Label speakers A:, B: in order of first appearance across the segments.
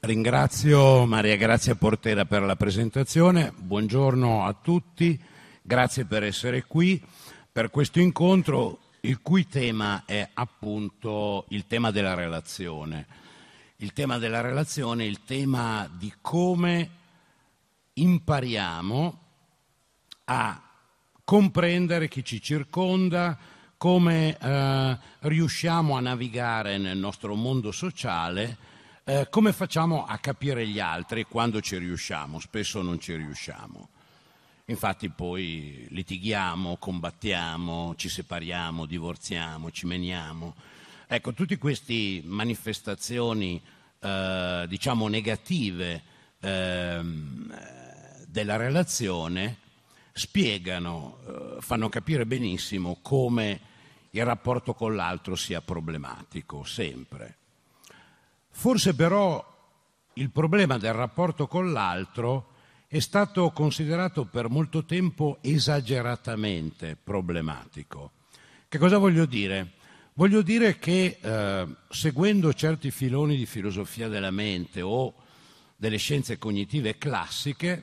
A: Ringrazio Maria Grazia Portera per la presentazione, buongiorno a tutti, grazie per essere qui per questo incontro il cui tema è appunto il tema della relazione. Il tema della relazione è il tema di come impariamo a comprendere chi ci circonda, come riusciamo a navigare nel nostro mondo sociale, come facciamo a capire gli altri quando ci riusciamo, spesso non ci riusciamo. Infatti poi litighiamo, combattiamo, ci separiamo, divorziamo, ci meniamo. Ecco, tutte queste manifestazioni, diciamo, negative della relazione spiegano, fanno capire benissimo come il rapporto con l'altro sia problematico, sempre. Forse però il problema del rapporto con l'altro è stato considerato per molto tempo esageratamente problematico. Che cosa voglio dire? Voglio dire che seguendo certi filoni di filosofia della mente o delle scienze cognitive classiche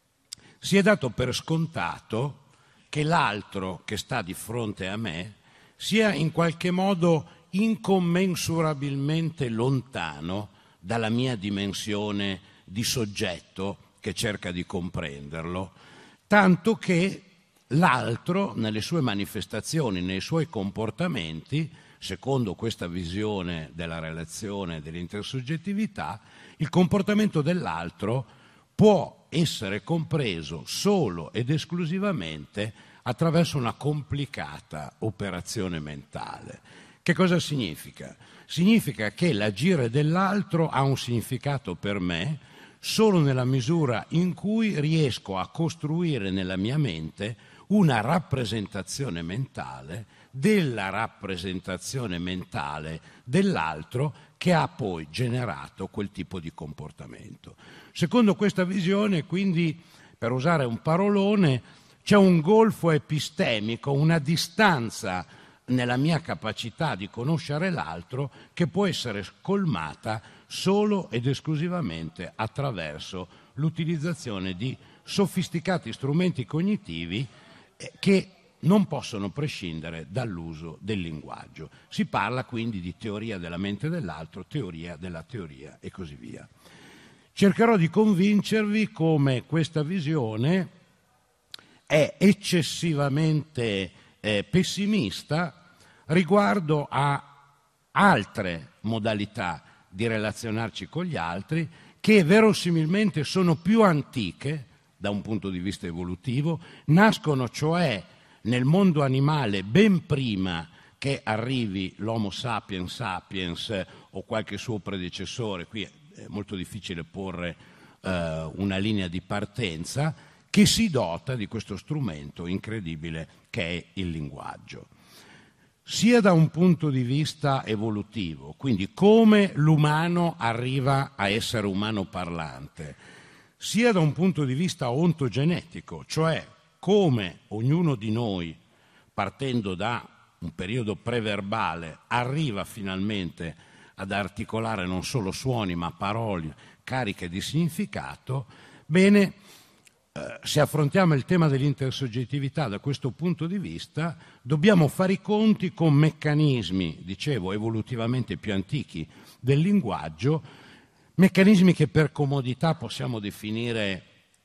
A: si è dato per scontato che l'altro che sta di fronte a me sia in qualche modo incommensurabilmente lontano dalla mia dimensione di soggetto che cerca di comprenderlo, tanto che l'altro nelle sue manifestazioni, nei suoi comportamenti, secondo questa visione della relazione, dell'intersoggettività, il comportamento dell'altro può essere compreso solo ed esclusivamente attraverso una complicata operazione mentale. Che cosa significa? Significa che l'agire dell'altro ha un significato per me solo nella misura in cui riesco a costruire nella mia mente una rappresentazione mentale della rappresentazione mentale dell'altro che ha poi generato quel tipo di comportamento. Secondo questa visione, quindi, per usare un parolone, c'è un golfo epistemico, una distanza nella mia capacità di conoscere l'altro che può essere colmata solo ed esclusivamente attraverso l'utilizzazione di sofisticati strumenti cognitivi che non possono prescindere dall'uso del linguaggio. Si parla quindi di teoria della mente dell'altro, teoria della teoria e così via. Cercherò di convincervi come questa visione è eccessivamente pessimista riguardo a altre modalità di relazionarci con gli altri che verosimilmente sono più antiche da un punto di vista evolutivo, nascono cioè nel mondo animale ben prima che arrivi l'Homo sapiens sapiens o qualche suo predecessore. Qui è molto difficile porre una linea di partenza, che si dota di questo strumento incredibile che è il linguaggio. Sia da un punto di vista evolutivo, quindi come l'umano arriva a essere umano parlante, sia da un punto di vista ontogenetico, cioè come ognuno di noi, partendo da un periodo preverbale, arriva finalmente ad articolare non solo suoni ma parole cariche di significato. Bene, se affrontiamo il tema dell'intersoggettività da questo punto di vista, dobbiamo fare i conti con meccanismi, dicevo, evolutivamente più antichi del linguaggio, meccanismi che per comodità possiamo definire,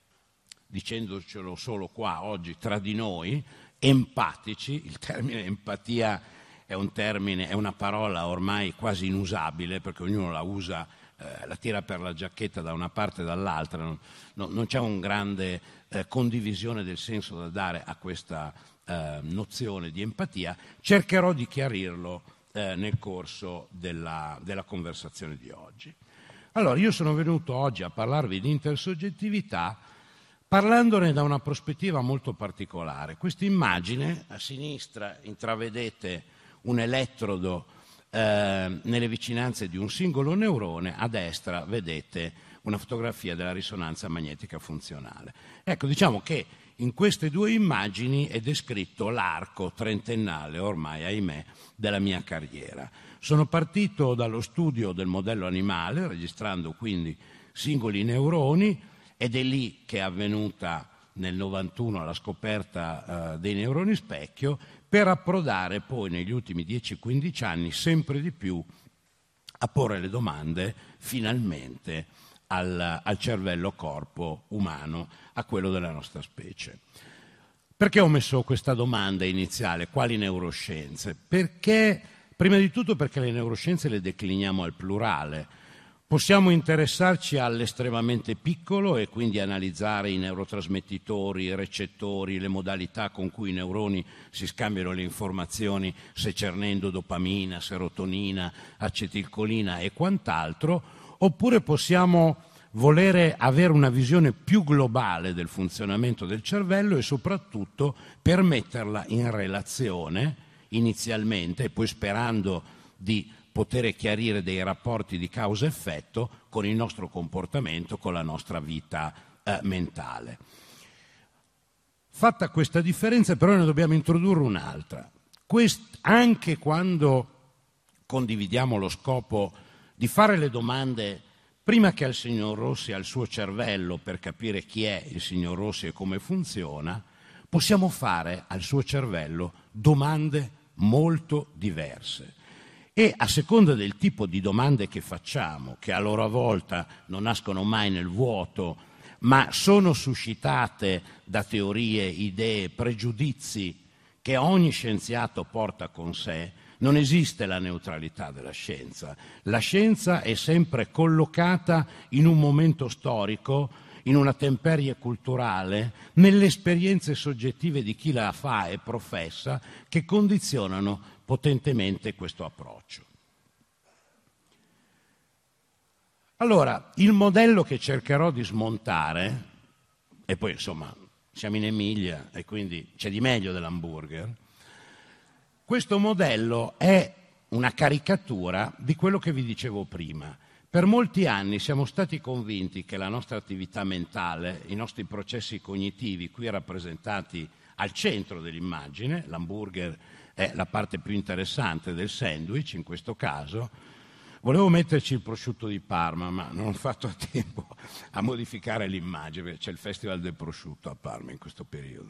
A: dicendocelo solo qua oggi tra di noi, empatici. Il termine empatia è una parola ormai quasi inusabile perché ognuno la usa, la tira per la giacchetta da una parte e dall'altra, non c'è un grande condivisione del senso da dare a questa nozione di empatia. Cercherò di chiarirlo nel corso della conversazione di oggi. Allora, io sono venuto oggi a parlarvi di intersoggettività parlandone da una prospettiva molto particolare. Questa immagine, a sinistra intravedete un elettrodo nelle vicinanze di un singolo neurone, a destra vedete una fotografia della risonanza magnetica funzionale. Ecco, diciamo che in queste due immagini è descritto l'arco trentennale, ormai ahimè, della mia carriera. Sono partito dallo studio del modello animale, registrando quindi singoli neuroni, ed è lì che è avvenuta nel 91 la scoperta dei neuroni specchio, per approdare poi negli ultimi 10-15 anni sempre di più a porre le domande finalmente al cervello-corpo umano, a quello della nostra specie. Perché ho messo questa domanda iniziale? Quali neuroscienze? Perché, prima di tutto, perché le neuroscienze le decliniamo al plurale. Possiamo interessarci all'estremamente piccolo e quindi analizzare i neurotrasmettitori, i recettori, le modalità con cui i neuroni si scambiano le informazioni, secernendo dopamina, serotonina, acetilcolina e quant'altro, oppure possiamo volere avere una visione più globale del funzionamento del cervello e soprattutto per metterla in relazione inizialmente e poi sperando di poter chiarire dei rapporti di causa-effetto con il nostro comportamento, con la nostra vita mentale. Fatta questa differenza, però, ne dobbiamo introdurre un'altra. Anche quando condividiamo lo scopo di fare le domande prima che al signor Rossi e al suo cervello per capire chi è il signor Rossi e come funziona, possiamo fare al suo cervello domande molto diverse. E a seconda del tipo di domande che facciamo, che a loro volta non nascono mai nel vuoto, ma sono suscitate da teorie, idee, pregiudizi che ogni scienziato porta con sé, non esiste la neutralità della scienza. La scienza è sempre collocata in un momento storico, in una temperie culturale, nelle esperienze soggettive di chi la fa e professa, che condizionano potentemente questo approccio. Allora, il modello che cercherò di smontare, e poi insomma siamo in Emilia e quindi c'è di meglio dell'hamburger, questo modello è una caricatura di quello che vi dicevo prima. Per molti anni siamo stati convinti che la nostra attività mentale, i nostri processi cognitivi, qui rappresentati al centro dell'immagine, l'hamburger è la parte più interessante del sandwich in questo caso. Volevo metterci il prosciutto di Parma, ma non ho fatto a tempo a modificare l'immagine, perché c'è il Festival del prosciutto a Parma in questo periodo.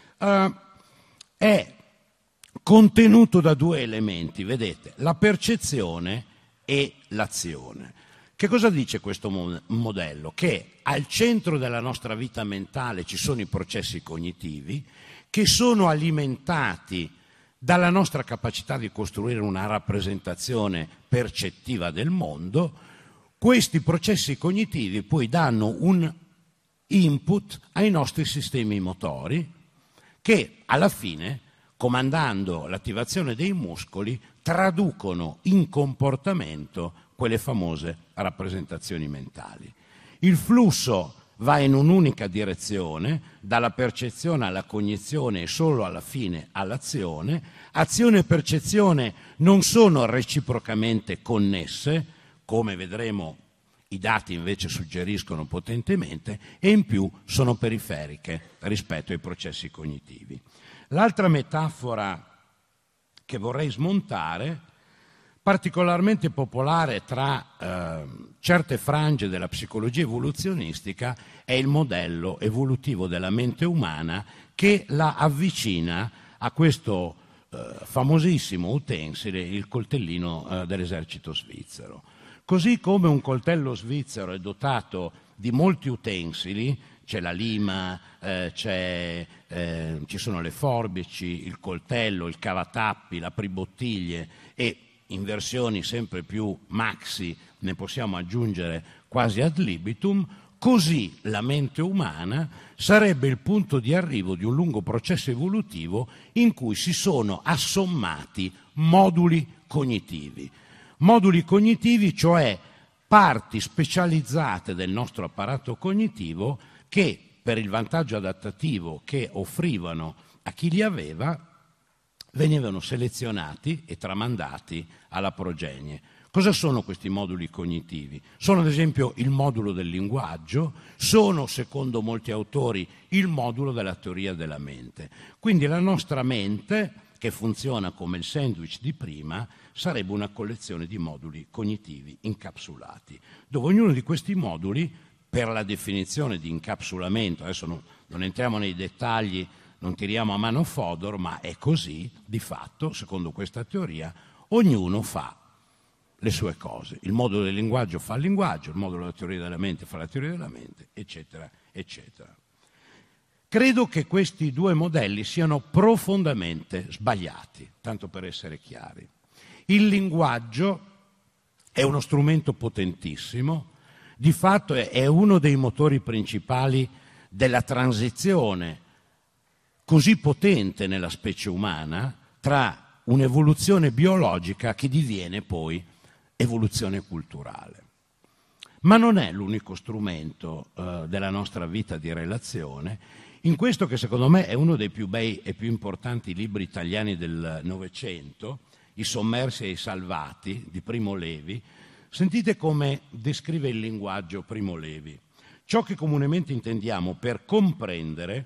A: È contenuto da due elementi, vedete, la percezione e l'azione. Che cosa dice questo modello? Che al centro della nostra vita mentale ci sono i processi cognitivi che sono alimentati dalla nostra capacità di costruire una rappresentazione percettiva del mondo. Questi processi cognitivi poi danno un input ai nostri sistemi motori che alla fine, comandando l'attivazione dei muscoli, traducono in comportamento quelle famose rappresentazioni mentali. Il flusso va in un'unica direzione, dalla percezione alla cognizione e solo alla fine all'azione. Azione e percezione non sono reciprocamente connesse, come vedremo i dati invece suggeriscono potentemente, e in più sono periferiche rispetto ai processi cognitivi. L'altra metafora che vorrei smontare, particolarmente popolare tra certe frange della psicologia evoluzionistica, è il modello evolutivo della mente umana che la avvicina a questo famosissimo utensile, il coltellino dell'esercito svizzero. Così come un coltello svizzero è dotato di molti utensili, c'è la lima, ci sono le forbici, il coltello, il cavatappi, l'apribottiglie e in versioni sempre più maxi ne possiamo aggiungere quasi ad libitum. Così la mente umana sarebbe il punto di arrivo di un lungo processo evolutivo in cui si sono assommati moduli cognitivi. Moduli cognitivi, cioè parti specializzate del nostro apparato cognitivo che, per il vantaggio adattativo che offrivano a chi li aveva, venivano selezionati e tramandati alla progenie. Cosa sono questi moduli cognitivi? Sono ad esempio il modulo del linguaggio, sono secondo molti autori il modulo della teoria della mente. Quindi la nostra mente, che funziona come il sandwich di prima, sarebbe una collezione di moduli cognitivi incapsulati, dove ognuno di questi moduli, per la definizione di incapsulamento, adesso non entriamo nei dettagli, non tiriamo a mano Fodor, ma è così, di fatto, secondo questa teoria, ognuno fa le sue cose. Il modulo del linguaggio fa il linguaggio, il modulo della teoria della mente fa la teoria della mente, eccetera, eccetera. Credo che questi due modelli siano profondamente sbagliati, tanto per essere chiari. Il linguaggio è uno strumento potentissimo, di fatto è uno dei motori principali della transizione così potente nella specie umana tra un'evoluzione biologica che diviene poi evoluzione culturale. Ma non è l'unico strumento della nostra vita di relazione, in questo che secondo me è uno dei più bei e più importanti libri italiani del Novecento, I sommersi e i salvati, di Primo Levi. Sentite come descrive il linguaggio Primo Levi. Ciò che comunemente intendiamo per comprendere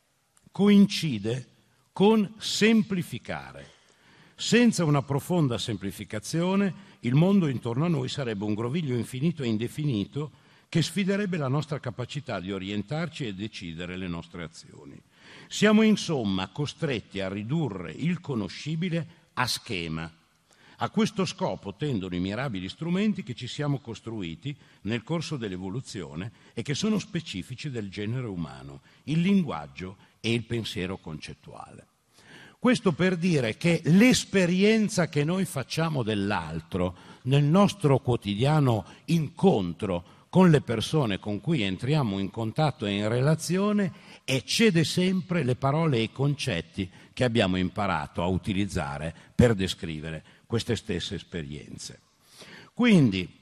A: coincide con semplificare. Senza una profonda semplificazione, il mondo intorno a noi sarebbe un groviglio infinito e indefinito che sfiderebbe la nostra capacità di orientarci e decidere le nostre azioni. Siamo insomma costretti a ridurre il conoscibile a schema. A questo scopo tendono i mirabili strumenti che ci siamo costruiti nel corso dell'evoluzione e che sono specifici del genere umano, il linguaggio e il pensiero concettuale. Questo per dire che l'esperienza che noi facciamo dell'altro nel nostro quotidiano incontro con le persone con cui entriamo in contatto e in relazione eccede sempre le parole e i concetti che abbiamo imparato a utilizzare per descrivere queste stesse esperienze. Quindi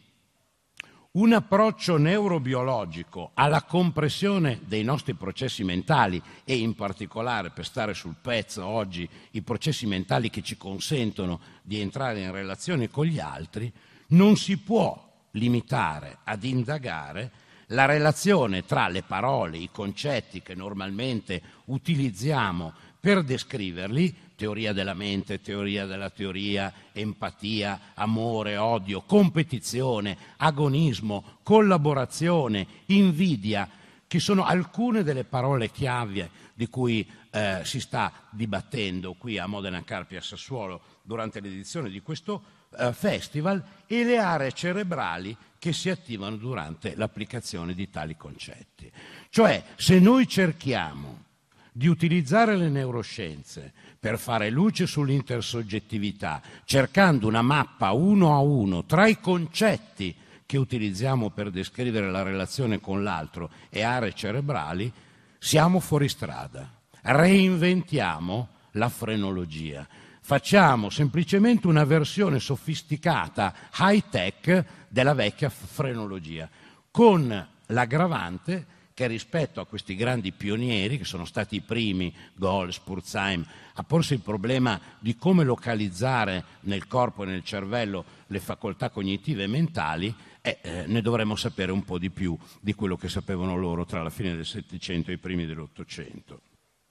A: un approccio neurobiologico alla compressione dei nostri processi mentali e in particolare, per stare sul pezzo oggi, i processi mentali che ci consentono di entrare in relazione con gli altri, non si può limitare ad indagare la relazione tra le parole, i concetti che normalmente utilizziamo per descriverli, teoria della mente, teoria della teoria, empatia, amore, odio, competizione, agonismo, collaborazione, invidia, che sono alcune delle parole chiave di cui si sta dibattendo qui a Modena, Carpi e Sassuolo durante l'edizione di questo festival, e le aree cerebrali che si attivano durante l'applicazione di tali concetti. Cioè, se noi cerchiamo di utilizzare le neuroscienze per fare luce sull'intersoggettività, cercando una mappa uno a uno tra i concetti che utilizziamo per descrivere la relazione con l'altro e aree cerebrali, siamo fuori strada. Reinventiamo la frenologia. Facciamo semplicemente una versione sofisticata, high-tech, della vecchia frenologia, con l'aggravante che rispetto a questi grandi pionieri, che sono stati i primi, Gohl, Spurzheim, a porsi il problema di come localizzare nel corpo e nel cervello le facoltà cognitive e mentali, ne dovremmo sapere un po' di più di quello che sapevano loro tra la fine del Settecento e i primi dell'Ottocento.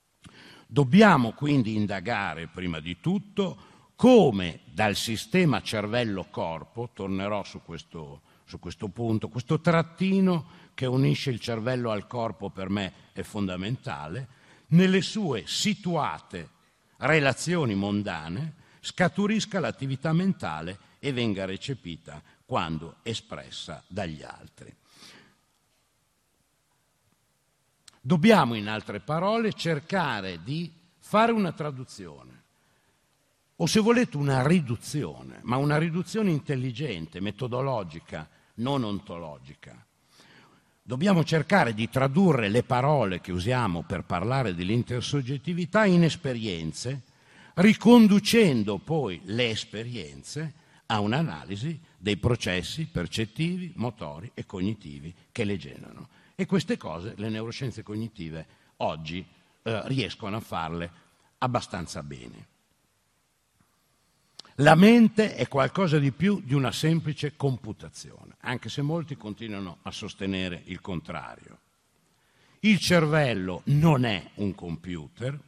A: Dobbiamo quindi indagare prima di tutto come dal sistema cervello-corpo, tornerò su questo punto, questo trattino che unisce il cervello al corpo per me è fondamentale, nelle sue situate relazioni mondane scaturisca l'attività mentale e venga recepita quando espressa dagli altri. Dobbiamo, in altre parole, cercare di fare una traduzione, o se volete una riduzione, ma una riduzione intelligente, metodologica, non ontologica. Dobbiamo cercare di tradurre le parole che usiamo per parlare dell'intersoggettività in esperienze, riconducendo poi le esperienze a un'analisi dei processi percettivi, motori e cognitivi che le generano. E queste cose le neuroscienze cognitive oggi riescono a farle abbastanza bene. La mente è qualcosa di più di una semplice computazione, anche se molti continuano a sostenere il contrario. Il cervello non è un computer.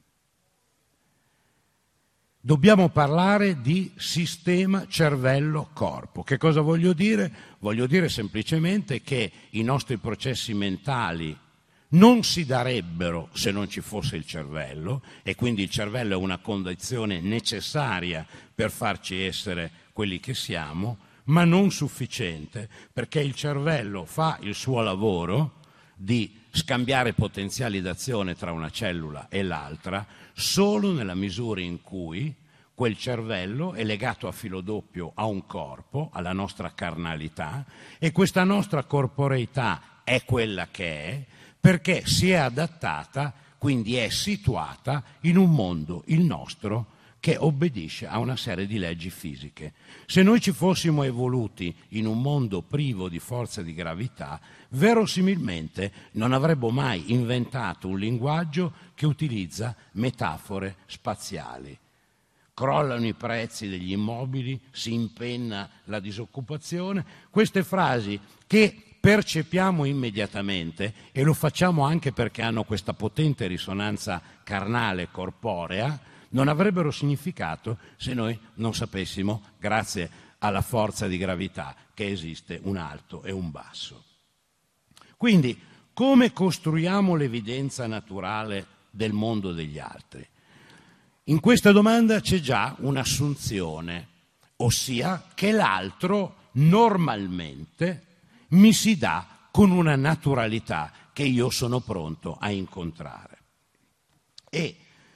A: Dobbiamo parlare di sistema cervello-corpo. Che cosa voglio dire? Voglio dire semplicemente che i nostri processi mentali non si darebbero se non ci fosse il cervello, e quindi il cervello è una condizione necessaria per farci essere quelli che siamo, ma non sufficiente, perché il cervello fa il suo lavoro di scambiare potenziali d'azione tra una cellula e l'altra solo nella misura in cui quel cervello è legato a filo doppio a un corpo, alla nostra carnalità, e questa nostra corporeità è quella che è, perché si è adattata, quindi è situata in un mondo, il nostro, che obbedisce a una serie di leggi fisiche. Se noi ci fossimo evoluti in un mondo privo di forza di gravità, verosimilmente non avremmo mai inventato un linguaggio che utilizza metafore spaziali. Crollano i prezzi degli immobili, si impenna la disoccupazione, queste frasi che percepiamo immediatamente, e lo facciamo anche perché hanno questa potente risonanza carnale, corporea, non avrebbero significato se noi non sapessimo, grazie alla forza di gravità, che esiste un alto e un basso. Quindi, come costruiamo l'evidenza naturale del mondo degli altri? In questa domanda c'è già un'assunzione, ossia che l'altro normalmente mi si dà con una naturalità che io sono pronto a incontrare. E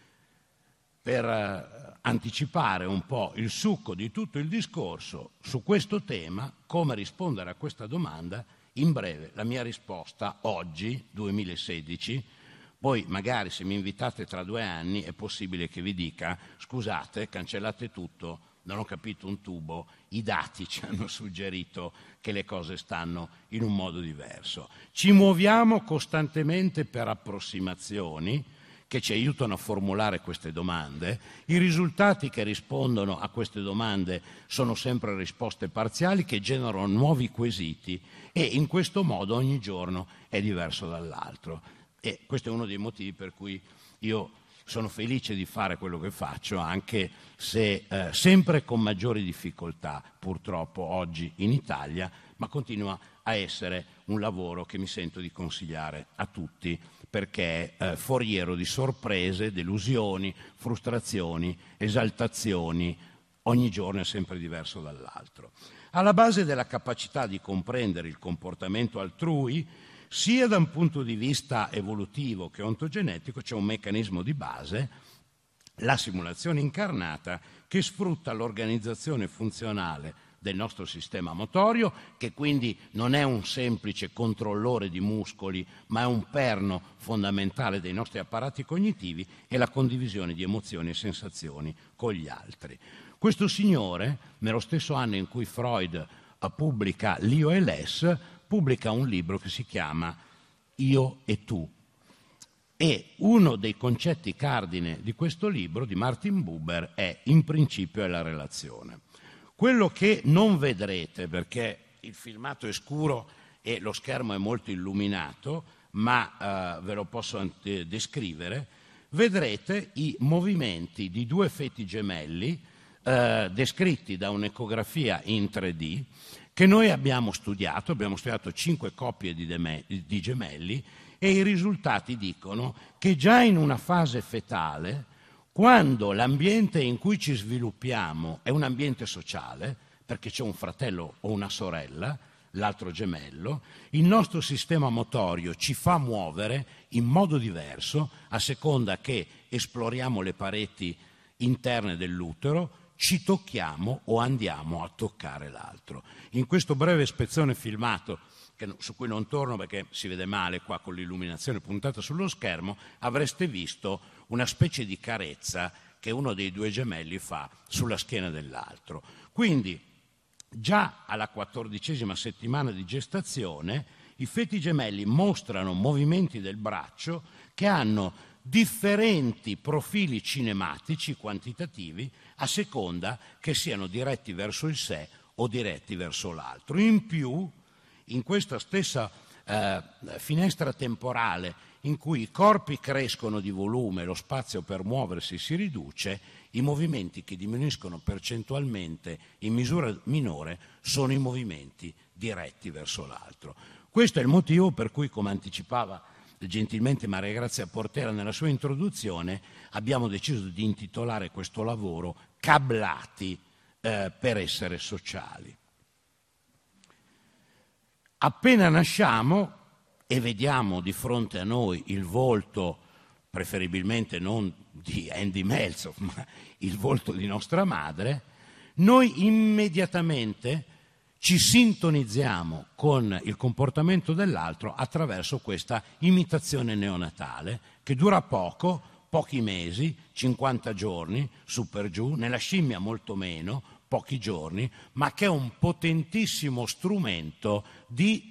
A: per anticipare un po' il succo di tutto il discorso su questo tema, come rispondere a questa domanda, in breve la mia risposta oggi, 2016, poi magari se mi invitate tra 2 anni è possibile che vi dica: scusate, cancellate tutto, non ho capito un tubo, i dati ci hanno suggerito che le cose stanno in un modo diverso. Ci muoviamo costantemente per approssimazioni che ci aiutano a formulare queste domande. I risultati che rispondono a queste domande sono sempre risposte parziali che generano nuovi quesiti, e in questo modo ogni giorno è diverso dall'altro. E questo è uno dei motivi per cui io sono felice di fare quello che faccio, anche se sempre con maggiori difficoltà, purtroppo oggi in Italia, ma continua a essere un lavoro che mi sento di consigliare a tutti, perché è foriero di sorprese, delusioni, frustrazioni, esaltazioni, ogni giorno è sempre diverso dall'altro. Alla base della capacità di comprendere il comportamento altrui, sia da un punto di vista evolutivo che ontogenetico, c'è un meccanismo di base, la simulazione incarnata, che sfrutta l'organizzazione funzionale del nostro sistema motorio, che quindi non è un semplice controllore di muscoli, ma è un perno fondamentale dei nostri apparati cognitivi, e la condivisione di emozioni e sensazioni con gli altri. Questo signore, nello stesso anno in cui Freud pubblica L'Io e l'Es, pubblica un libro che si chiama Io e tu, e uno dei concetti cardine di questo libro di Martin Buber è in principio è la relazione. Quello che non vedrete, perché il filmato è scuro e lo schermo è molto illuminato, ma ve lo posso descrivere, vedrete i movimenti di 2 feti gemelli descritti da un'ecografia in 3D che noi abbiamo studiato 5 coppie di gemelli, e i risultati dicono che già in una fase fetale, quando l'ambiente in cui ci sviluppiamo è un ambiente sociale, perché c'è un fratello o una sorella, l'altro gemello, il nostro sistema motorio ci fa muovere in modo diverso a seconda che esploriamo le pareti interne dell'utero, ci tocchiamo o andiamo a toccare l'altro. In questo breve spezzone filmato, su cui non torno perché si vede male qua con l'illuminazione puntata sullo schermo, avreste visto una specie di carezza che uno dei 2 gemelli fa sulla schiena dell'altro. Quindi già alla 14ª settimana di gestazione I feti gemelli mostrano movimenti del braccio che hanno differenti profili cinematici quantitativi a seconda che siano diretti verso il sé o diretti verso l'altro. In più, in questa stessa finestra temporale in cui i corpi crescono di volume, lo spazio per muoversi si riduce, i movimenti che diminuiscono percentualmente in misura minore sono i movimenti diretti verso l'altro. Questo è il motivo per cui, come anticipava gentilmente Maria Grazia Portela nella sua introduzione, abbiamo deciso di intitolare questo lavoro Cablati per essere sociali. Appena nasciamo e vediamo di fronte a noi il volto, preferibilmente non di Andy Meltzoff, ma il volto di nostra madre, noi immediatamente ci sintonizziamo con il comportamento dell'altro attraverso questa imitazione neonatale che dura poco, pochi mesi, 50 giorni, su per giù, nella scimmia molto meno, pochi giorni, ma che è un potentissimo strumento di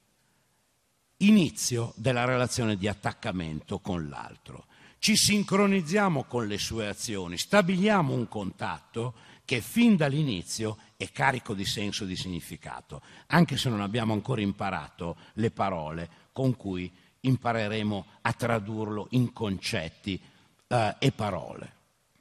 A: inizio della relazione di attaccamento con l'altro. Ci sincronizziamo con le sue azioni, stabiliamo un contatto che fin dall'inizio è carico di senso e di significato, anche se non abbiamo ancora imparato le parole con cui impareremo a tradurlo in concetti e parole.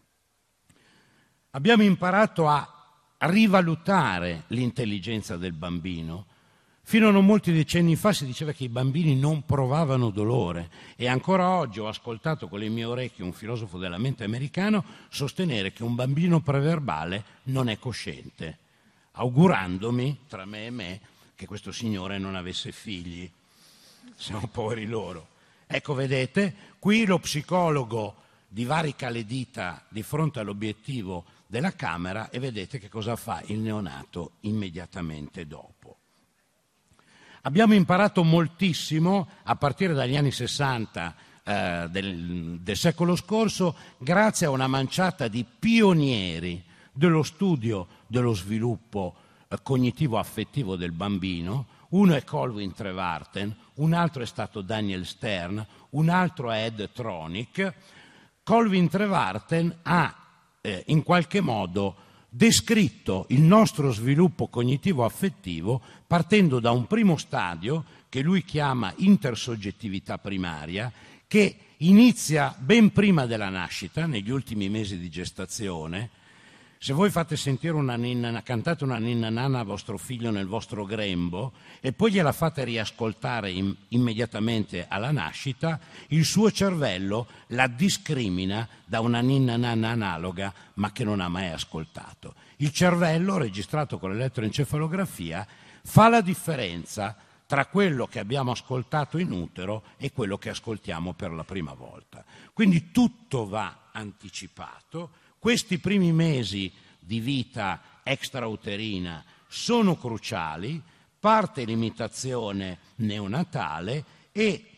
A: Abbiamo imparato a rivalutare l'intelligenza del bambino. Fino a non molti decenni fa si diceva che i bambini non provavano dolore e ancora oggi ho ascoltato con le mie orecchie un filosofo della mente americano sostenere che un bambino preverbale non è cosciente, augurandomi, tra me e me, che questo signore non avesse figli. Siamo poveri loro. Ecco, vedete, qui lo psicologo divarica le dita di fronte all'obiettivo della camera e vedete che cosa fa il neonato immediatamente dopo. Abbiamo imparato moltissimo a partire dagli anni 60 del secolo scorso grazie a una manciata di pionieri dello studio dello sviluppo cognitivo-affettivo del bambino. Uno è Colvin Trevarten, un altro è stato Daniel Stern, un altro è Ed Tronick. Colvin Trevarten ha in qualche modo descritto il nostro sviluppo cognitivo-affettivo partendo da un primo stadio che lui chiama intersoggettività primaria, che inizia ben prima della nascita, negli ultimi mesi di gestazione. Se voi fate sentire cantate una ninna nanna a vostro figlio nel vostro grembo e poi gliela fate riascoltare immediatamente alla nascita, il suo cervello la discrimina da una ninna nanna analoga ma che non ha mai ascoltato. Il cervello, registrato con l'elettroencefalografia, fa la differenza tra quello che abbiamo ascoltato in utero e quello che ascoltiamo per la prima volta. Quindi tutto va anticipato. Questi primi mesi di vita extrauterina sono cruciali, parte l'imitazione neonatale e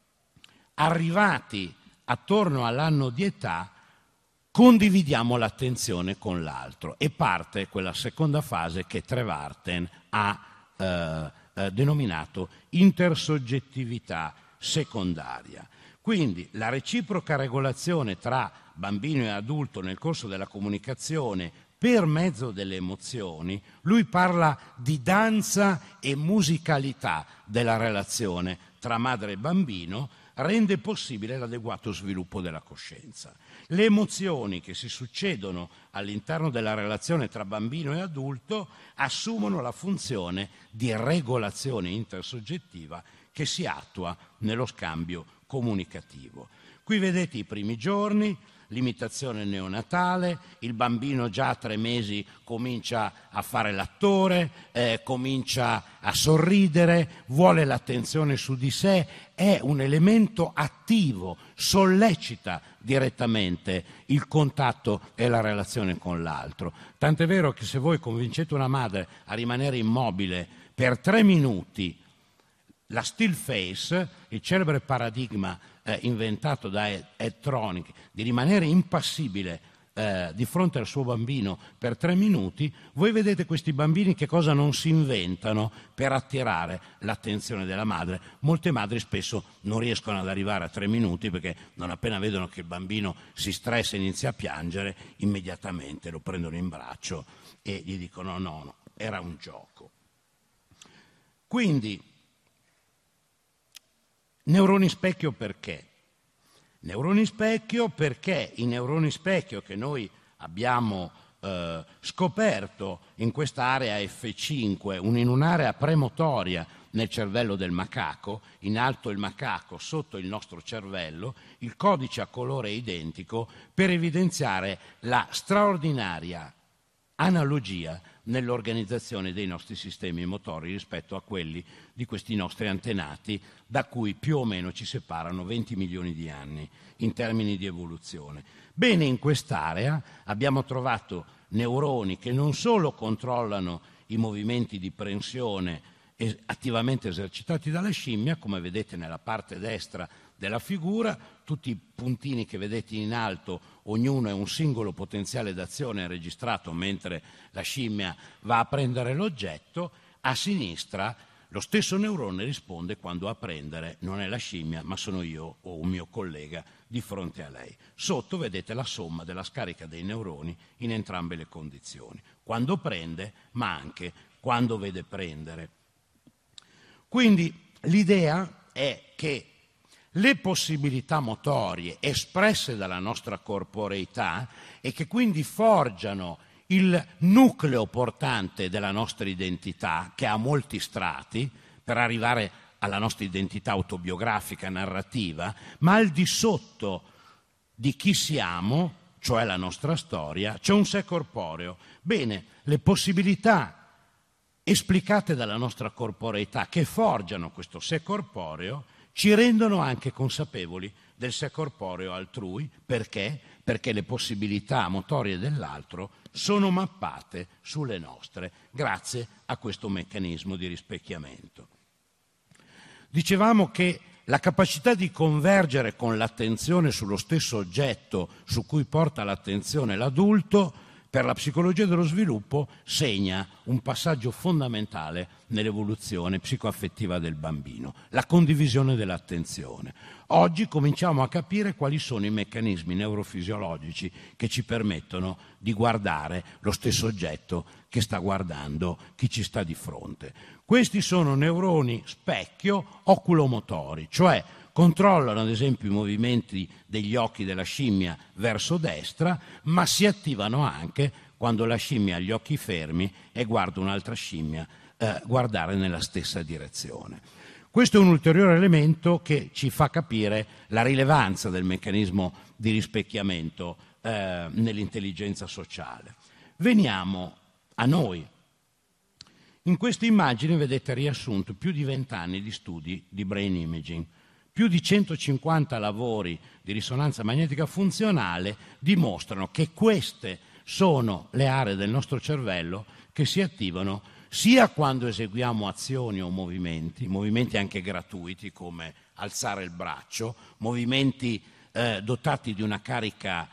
A: arrivati attorno all'anno di età condividiamo l'attenzione con l'altro e parte quella seconda fase che Trevarten ha denominato intersoggettività secondaria. Quindi la reciproca regolazione tra bambino e adulto nel corso della comunicazione per mezzo delle emozioni, lui parla di danza e musicalità della relazione tra madre e bambino, rende possibile l'adeguato sviluppo della coscienza. Le emozioni che si succedono all'interno della relazione tra bambino e adulto assumono la funzione di regolazione intersoggettiva che si attua nello scambio comunicativo. Qui vedete i primi giorni, l'imitazione neonatale, il bambino già a 3 mesi comincia a fare l'attore, comincia a sorridere, vuole l'attenzione su di sé, è un elemento attivo, sollecita direttamente il contatto e la relazione con l'altro. Tant'è vero che se voi convincete una madre a rimanere immobile per 3 minuti, la still face, il celebre paradigma inventato da Ed Tronick, di rimanere impassibile di fronte al suo bambino per 3 minuti, voi vedete questi bambini che cosa non si inventano per attirare l'attenzione della madre. Molte madri spesso non riescono ad arrivare a 3 minuti perché non appena vedono che il bambino si stressa e inizia a piangere, immediatamente lo prendono in braccio e gli dicono no, era un gioco. Quindi, neuroni specchio perché? Neuroni specchio perché i neuroni specchio che noi abbiamo scoperto in questa area F5, in un'area premotoria nel cervello del macaco, in alto il macaco, sotto il nostro cervello, il codice a colore è identico per evidenziare la straordinaria analogia nell'organizzazione dei nostri sistemi motori rispetto a quelli di questi nostri antenati, da cui più o meno ci separano 20 milioni di anni in termini di evoluzione. Bene, in quest'area abbiamo trovato neuroni che non solo controllano i movimenti di prensione attivamente esercitati dalla scimmia, come vedete nella parte destra della figura, tutti i puntini che vedete in alto, ognuno è un singolo potenziale d'azione registrato mentre la scimmia va a prendere l'oggetto. A sinistra lo stesso neurone risponde quando a prendere non è la scimmia ma sono io o un mio collega di fronte a lei. Sotto vedete la somma della scarica dei neuroni in entrambe le condizioni, quando prende ma anche quando vede prendere. Quindi l'idea è che le possibilità motorie espresse dalla nostra corporeità e che quindi forgiano il nucleo portante della nostra identità, che ha molti strati, per arrivare alla nostra identità autobiografica, narrativa, ma al di sotto di chi siamo, cioè la nostra storia, c'è un sé corporeo. Bene, le possibilità esplicate dalla nostra corporeità che forgiano questo sé corporeo ci rendono anche consapevoli del sé corporeo altrui. Perché? Perché le possibilità motorie dell'altro sono mappate sulle nostre grazie a questo meccanismo di rispecchiamento. Dicevamo che la capacità di convergere con l'attenzione sullo stesso oggetto su cui porta l'attenzione l'adulto per la psicologia dello sviluppo segna un passaggio fondamentale nell'evoluzione psicoaffettiva del bambino, la condivisione dell'attenzione. Oggi cominciamo a capire quali sono i meccanismi neurofisiologici che ci permettono di guardare lo stesso oggetto che sta guardando chi ci sta di fronte. Questi sono neuroni specchio oculomotori, cioè controllano ad esempio i movimenti degli occhi della scimmia verso destra, ma si attivano anche quando la scimmia ha gli occhi fermi e guarda un'altra scimmia guardare nella stessa direzione. Questo è un ulteriore elemento che ci fa capire la rilevanza del meccanismo di rispecchiamento nell'intelligenza sociale. Veniamo a noi. In queste immagini vedete riassunto più di 20 anni di studi di brain imaging. Più di 150 lavori di risonanza magnetica funzionale dimostrano che queste sono le aree del nostro cervello che si attivano sia quando eseguiamo azioni o movimenti anche gratuiti come alzare il braccio, movimenti dotati di una carica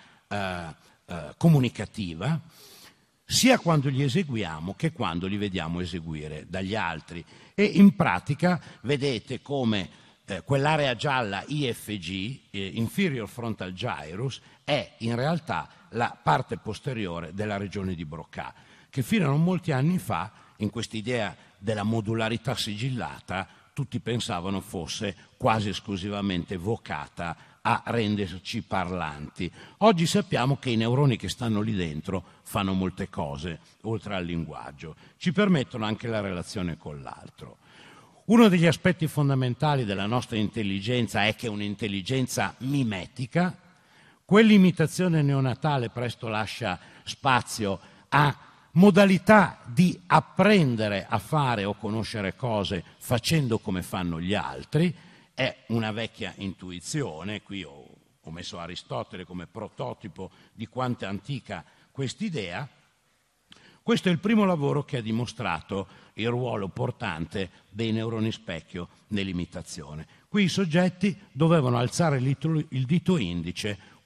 A: comunicativa, sia quando li eseguiamo che quando li vediamo eseguire dagli altri. E in pratica vedete come quell'area gialla IFG, Inferior Frontal Gyrus, è in realtà la parte posteriore della regione di Broca, che fino a non molti anni fa, in quest'idea della modularità sigillata, tutti pensavano fosse quasi esclusivamente vocata a renderci parlanti. Oggi sappiamo che i neuroni che stanno lì dentro fanno molte cose, oltre al linguaggio. Ci permettono anche la relazione con l'altro. Uno degli aspetti fondamentali della nostra intelligenza è che è un'intelligenza mimetica. Quell'imitazione neonatale presto lascia spazio a modalità di apprendere a fare o conoscere cose facendo come fanno gli altri. È una vecchia intuizione, qui ho messo Aristotele come prototipo di quanto è antica quest'idea. Questo è il primo lavoro che ha dimostrato il ruolo portante dei neuroni specchio nell'imitazione. Qui i soggetti dovevano alzare il dito indice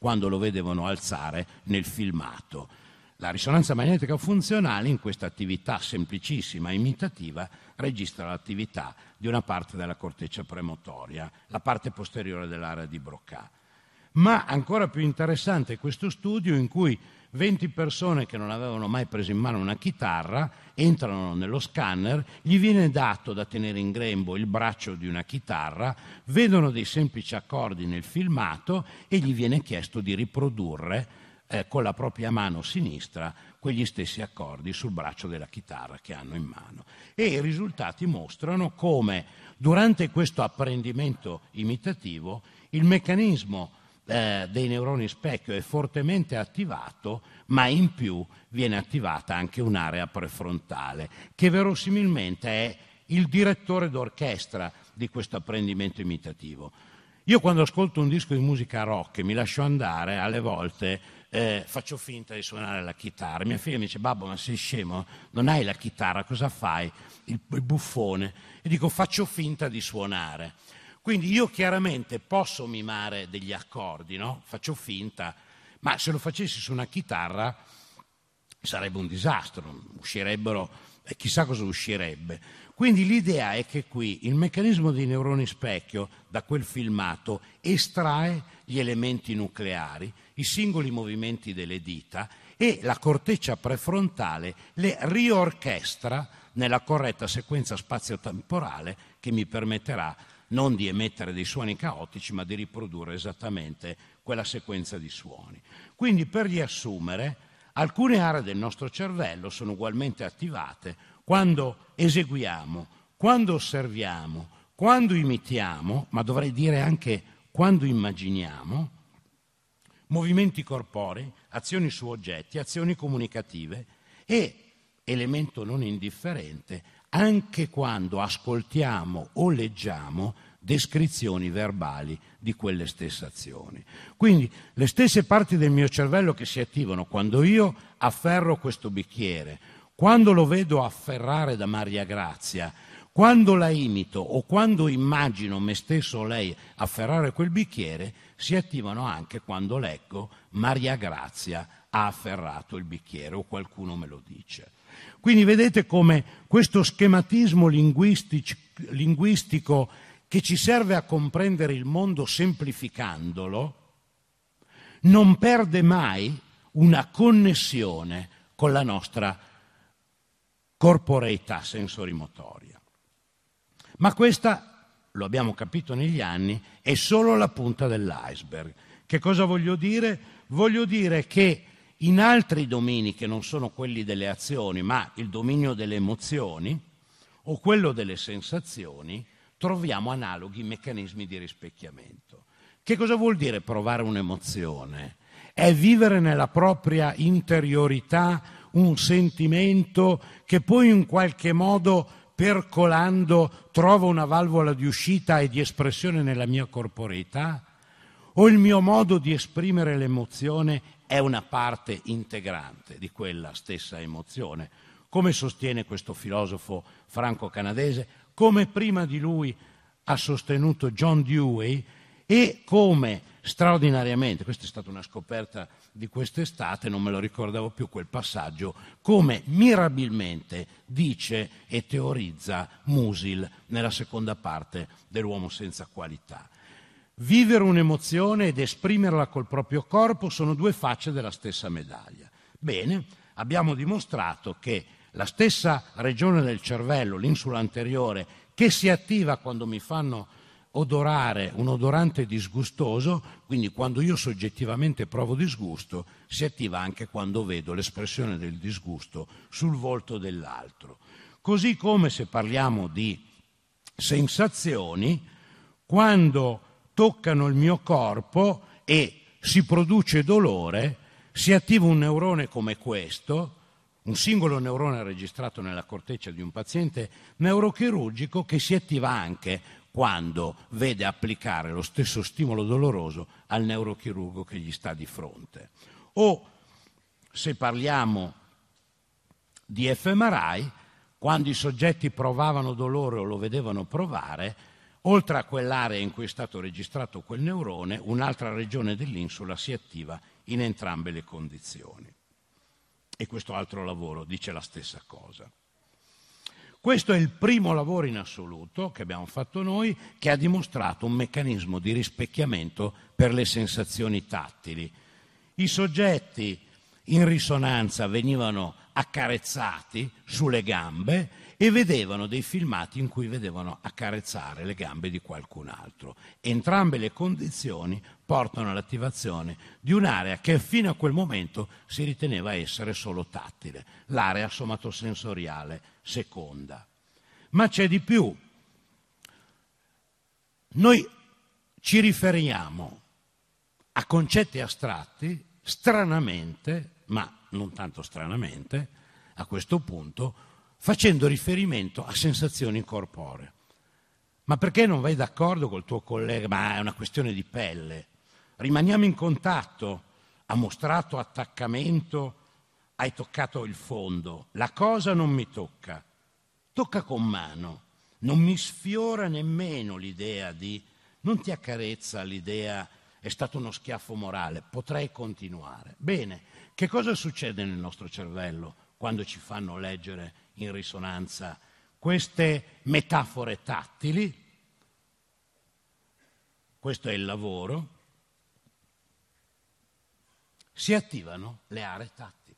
A: quando lo vedevano alzare nel filmato. La risonanza magnetica funzionale in questa attività semplicissima imitativa registra l'attività di una parte della corteccia premotoria, la parte posteriore dell'area di Broca. Ma ancora più interessante è questo studio in cui 20 persone che non avevano mai preso in mano una chitarra entrano nello scanner, gli viene dato da tenere in grembo il braccio di una chitarra, vedono dei semplici accordi nel filmato e gli viene chiesto di riprodurre con la propria mano sinistra quegli stessi accordi sul braccio della chitarra che hanno in mano. E i risultati mostrano come durante questo apprendimento imitativo il meccanismo dei neuroni specchio è fortemente attivato, ma in più viene attivata anche un'area prefrontale che verosimilmente è il direttore d'orchestra di questo apprendimento imitativo. Io quando ascolto un disco di musica rock e mi lascio andare, alle volte faccio finta di suonare la chitarra. Mia figlia mi dice: babbo, ma sei scemo? Non hai la chitarra, cosa fai? Il buffone. E dico: faccio finta di suonare. Quindi io chiaramente posso mimare degli accordi, no? Faccio finta, ma se lo facessi su una chitarra sarebbe un disastro, uscirebbero, chissà cosa uscirebbe. Quindi l'idea è che qui il meccanismo dei neuroni specchio da quel filmato estrae gli elementi nucleari, i singoli movimenti delle dita, e la corteccia prefrontale le riorchestra nella corretta sequenza spazio-temporale che mi permetterà non di emettere dei suoni caotici, ma di riprodurre esattamente quella sequenza di suoni. Quindi, per riassumere, alcune aree del nostro cervello sono ugualmente attivate quando eseguiamo, quando osserviamo, quando imitiamo, ma dovrei dire anche quando immaginiamo, movimenti corporei, azioni su oggetti, azioni comunicative e, elemento non indifferente, anche quando ascoltiamo o leggiamo descrizioni verbali di quelle stesse azioni. Quindi le stesse parti del mio cervello che si attivano quando io afferro questo bicchiere, quando lo vedo afferrare da Maria Grazia, quando la imito o quando immagino me stesso o lei afferrare quel bicchiere, si attivano anche quando leggo Maria Grazia ha afferrato il bicchiere o qualcuno me lo dice. Quindi vedete come questo schematismo linguistico che ci serve a comprendere il mondo semplificandolo non perde mai una connessione con la nostra corporeità sensorimotoria. Ma questa, lo abbiamo capito negli anni, è solo la punta dell'iceberg. Che cosa voglio dire? Voglio dire che in altri domini che non sono quelli delle azioni, ma il dominio delle emozioni o quello delle sensazioni, troviamo analoghi meccanismi di rispecchiamento. Che cosa vuol dire provare un'emozione? È vivere nella propria interiorità un sentimento che poi in qualche modo, percolando, trova una valvola di uscita e di espressione nella mia corporeità? O il mio modo di esprimere l'emozione è una parte integrante di quella stessa emozione, come sostiene questo filosofo franco-canadese, come prima di lui ha sostenuto John Dewey e come straordinariamente, questa è stata una scoperta di quest'estate, non me lo ricordavo più quel passaggio, come mirabilmente dice e teorizza Musil nella seconda parte dell'Uomo senza qualità. Vivere un'emozione ed esprimerla col proprio corpo sono due facce della stessa medaglia. Bene, abbiamo dimostrato che la stessa regione del cervello, l'insula anteriore, che si attiva quando mi fanno odorare un odorante disgustoso, quindi quando io soggettivamente provo disgusto, si attiva anche quando vedo l'espressione del disgusto sul volto dell'altro. Così come se parliamo di sensazioni, quando toccano il mio corpo e si produce dolore, si attiva un neurone come questo, un singolo neurone registrato nella corteccia di un paziente neurochirurgico, che si attiva anche quando vede applicare lo stesso stimolo doloroso al neurochirurgo che gli sta di fronte. O se parliamo di fMRI, quando i soggetti provavano dolore o lo vedevano provare, Oltre a quell'area in cui è stato registrato quel neurone, un'altra regione dell'insula si attiva in entrambe le condizioni. E questo altro lavoro dice la stessa cosa. Questo è il primo lavoro in assoluto che abbiamo fatto noi, che ha dimostrato un meccanismo di rispecchiamento per le sensazioni tattili. I soggetti in risonanza venivano accarezzati sulle gambe e vedevano dei filmati in cui vedevano accarezzare le gambe di qualcun altro. Entrambe le condizioni portano all'attivazione di un'area che fino a quel momento si riteneva essere solo tattile, l'area somatosensoriale seconda. Ma c'è di più. Noi ci riferiamo a concetti astratti stranamente, ma non tanto stranamente, a questo punto, facendo riferimento a sensazioni corporee. Ma perché non vai d'accordo col tuo collega? Ma è una questione di pelle. Rimaniamo in contatto. Ha mostrato attaccamento, hai toccato il fondo. La cosa non mi tocca. Tocca con mano. Non mi sfiora nemmeno l'idea di... Non ti accarezza l'idea è stato uno schiaffo morale. Potrei continuare. Bene, che cosa succede nel nostro cervello quando ci fanno leggere in risonanza queste metafore tattili? Questo è il lavoro. Si attivano le aree tattili.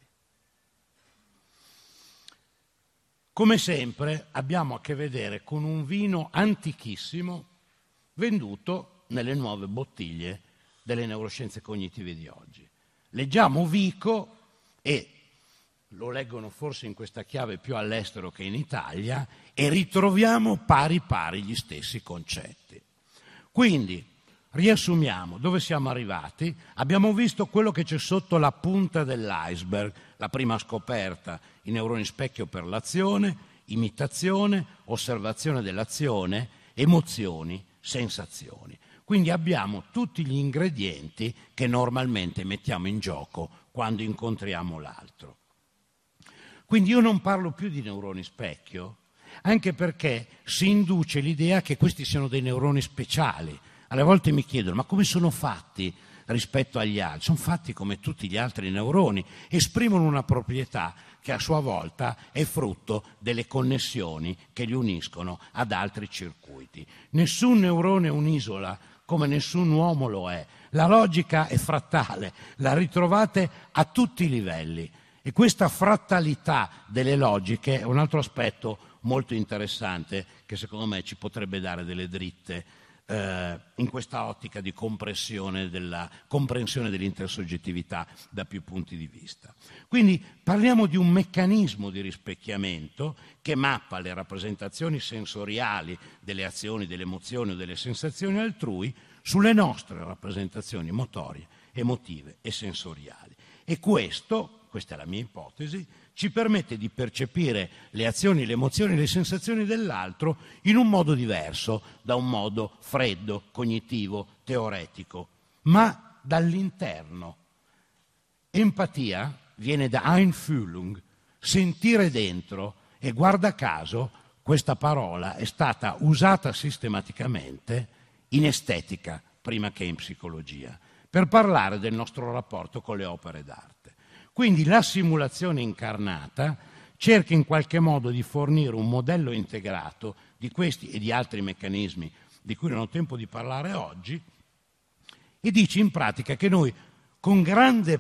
A: Come sempre abbiamo a che vedere con un vino antichissimo venduto nelle nuove bottiglie delle neuroscienze cognitive di oggi. Leggiamo Vico e lo leggono forse in questa chiave più all'estero che in Italia, e ritroviamo pari pari gli stessi concetti. Quindi, riassumiamo dove siamo arrivati. Abbiamo visto quello che c'è sotto la punta dell'iceberg, la prima scoperta, i neuroni specchio per l'azione, imitazione, osservazione dell'azione, emozioni, sensazioni. Quindi abbiamo tutti gli ingredienti che normalmente mettiamo in gioco quando incontriamo l'altro. Quindi io non parlo più di neuroni specchio, anche perché si induce l'idea che questi siano dei neuroni speciali. Alle volte mi chiedono, ma come sono fatti rispetto agli altri? Sono fatti come tutti gli altri neuroni, esprimono una proprietà che a sua volta è frutto delle connessioni che li uniscono ad altri circuiti. Nessun neurone è un'isola, come nessun uomo lo è. La logica è frattale, la ritrovate a tutti i livelli. E questa frattalità delle logiche è un altro aspetto molto interessante che secondo me ci potrebbe dare delle dritte in questa ottica di comprensione dell'intersoggettività da più punti di vista. Quindi parliamo di un meccanismo di rispecchiamento che mappa le rappresentazioni sensoriali delle azioni, delle emozioni o delle sensazioni altrui sulle nostre rappresentazioni motorie, emotive e sensoriali. E questa è la mia ipotesi, ci permette di percepire le azioni, le emozioni, le sensazioni dell'altro in un modo diverso, da un modo freddo, cognitivo, teoretico, ma dall'interno. Empatia viene da Einfühlung, sentire dentro, e guarda caso questa parola è stata usata sistematicamente in estetica prima che in psicologia, per parlare del nostro rapporto con le opere d'arte. Quindi la simulazione incarnata cerca in qualche modo di fornire un modello integrato di questi e di altri meccanismi di cui non ho tempo di parlare oggi, e dice in pratica che noi con grande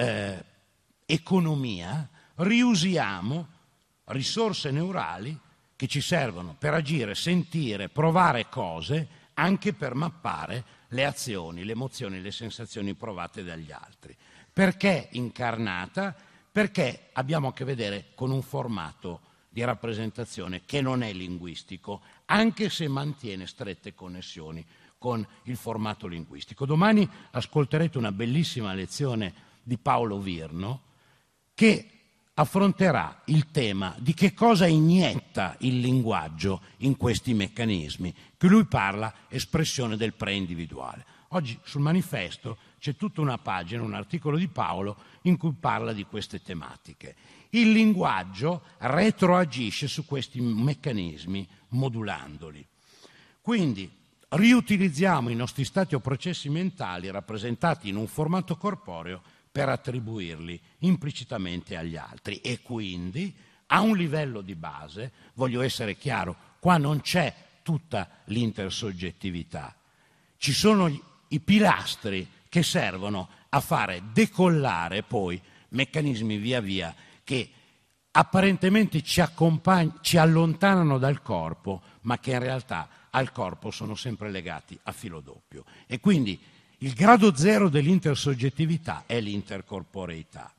A: economia riusiamo risorse neurali che ci servono per agire, sentire, provare cose, anche per mappare le azioni, le emozioni, le sensazioni provate dagli altri. Perché incarnata? Perché abbiamo a che vedere con un formato di rappresentazione che non è linguistico, anche se mantiene strette connessioni con il formato linguistico. Domani ascolterete una bellissima lezione di Paolo Virno che affronterà il tema di che cosa inietta il linguaggio in questi meccanismi, che lui parla espressione del pre-individuale. Oggi sul manifesto c'è tutta una pagina, un articolo di Paolo in cui parla di queste tematiche. Il linguaggio retroagisce su questi meccanismi modulandoli. Quindi riutilizziamo i nostri stati o processi mentali rappresentati in un formato corporeo per attribuirli implicitamente agli altri, e quindi a un livello di base, voglio essere chiaro, qua non c'è tutta l'intersoggettività, ci sono i pilastri che servono a fare decollare poi meccanismi via via che apparentemente ci allontanano dal corpo, ma che in realtà al corpo sono sempre legati a filo doppio. E quindi il grado zero dell'intersoggettività è l'intercorporeità.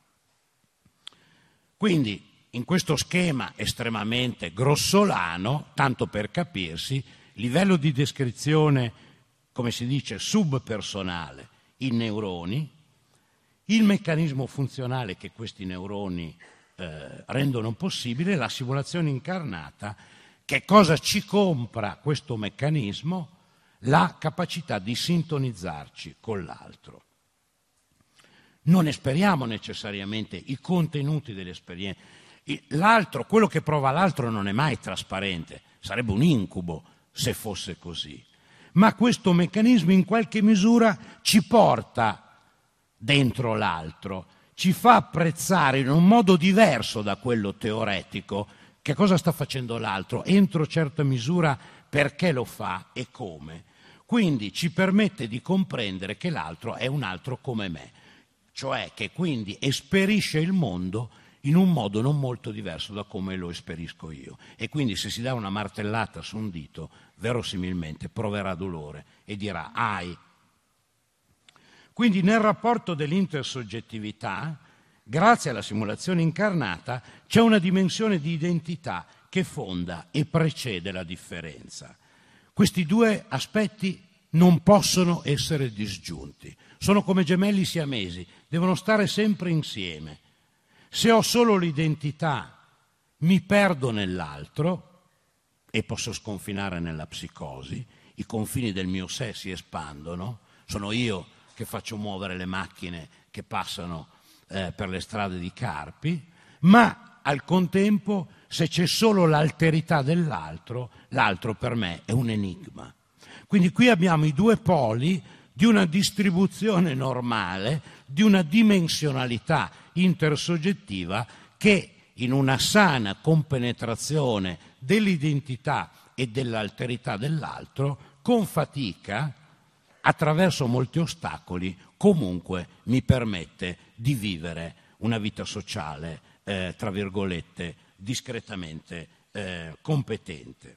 A: Quindi in questo schema estremamente grossolano, tanto per capirsi, livello di descrizione, come si dice, subpersonale, i neuroni, il meccanismo funzionale che questi neuroni rendono possibile, la simulazione incarnata, che cosa ci compra questo meccanismo? La capacità di sintonizzarci con l'altro. Non esperiamo necessariamente i contenuti dell'esperienza. L'altro, quello che prova l'altro non è mai trasparente, sarebbe un incubo se fosse così. Ma questo meccanismo in qualche misura ci porta dentro l'altro, ci fa apprezzare in un modo diverso da quello teoretico che cosa sta facendo l'altro, entro certa misura perché lo fa e come. Quindi ci permette di comprendere che l'altro è un altro come me, cioè che quindi esperisce il mondo in un modo non molto diverso da come lo esperisco io. E quindi se si dà una martellata su un dito, verosimilmente proverà dolore e dirà ai. Quindi nel rapporto dell'intersoggettività, grazie alla simulazione incarnata, c'è una dimensione di identità che fonda e precede la differenza. Questi due aspetti non possono essere disgiunti, sono come gemelli siamesi, devono stare sempre insieme. Se ho solo l'identità, mi perdo nell'altro e posso sconfinare nella psicosi, i confini del mio sé si espandono, sono io che faccio muovere le macchine che passano per le strade di Carpi, ma al contempo se c'è solo l'alterità dell'altro, l'altro per me è un enigma. Quindi qui abbiamo i due poli di una distribuzione normale, di una dimensionalità intersoggettiva che in una sana compenetrazione dell'identità e dell'alterità dell'altro, con fatica, attraverso molti ostacoli, comunque mi permette di vivere una vita sociale, tra virgolette, discretamente competente.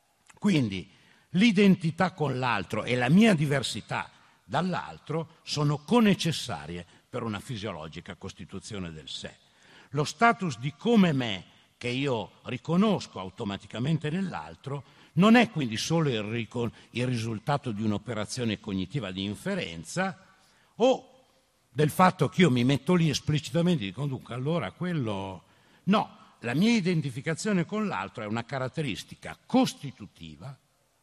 A: Quindi l'identità con l'altro e la mia diversità dall'altro sono connaecessarie per una fisiologica costituzione del sé. Lo status di come me, che io riconosco automaticamente nell'altro, non è quindi solo il risultato di un'operazione cognitiva di inferenza o del fatto che io mi metto lì esplicitamente e dico dunque allora quello... No, la mia identificazione con l'altro è una caratteristica costitutiva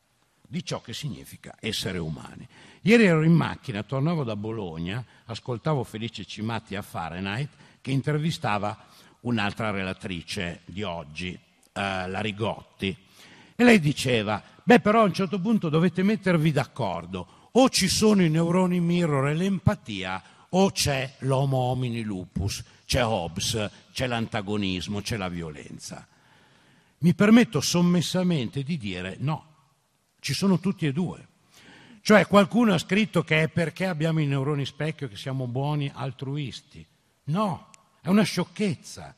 A: di ciò che significa essere umani. Ieri ero in macchina, tornavo da Bologna, ascoltavo Felice Cimatti a Fahrenheit che intervistava un'altra relatrice di oggi, la Rigotti, e lei diceva, però a un certo punto dovete mettervi d'accordo, o ci sono i neuroni mirror e l'empatia, o c'è l'homo homini lupus, c'è Hobbes, c'è l'antagonismo, c'è la violenza. Mi permetto sommessamente di dire no, ci sono tutti e due. Cioè qualcuno ha scritto che è perché abbiamo i neuroni specchio che siamo buoni altruisti. No, è una sciocchezza.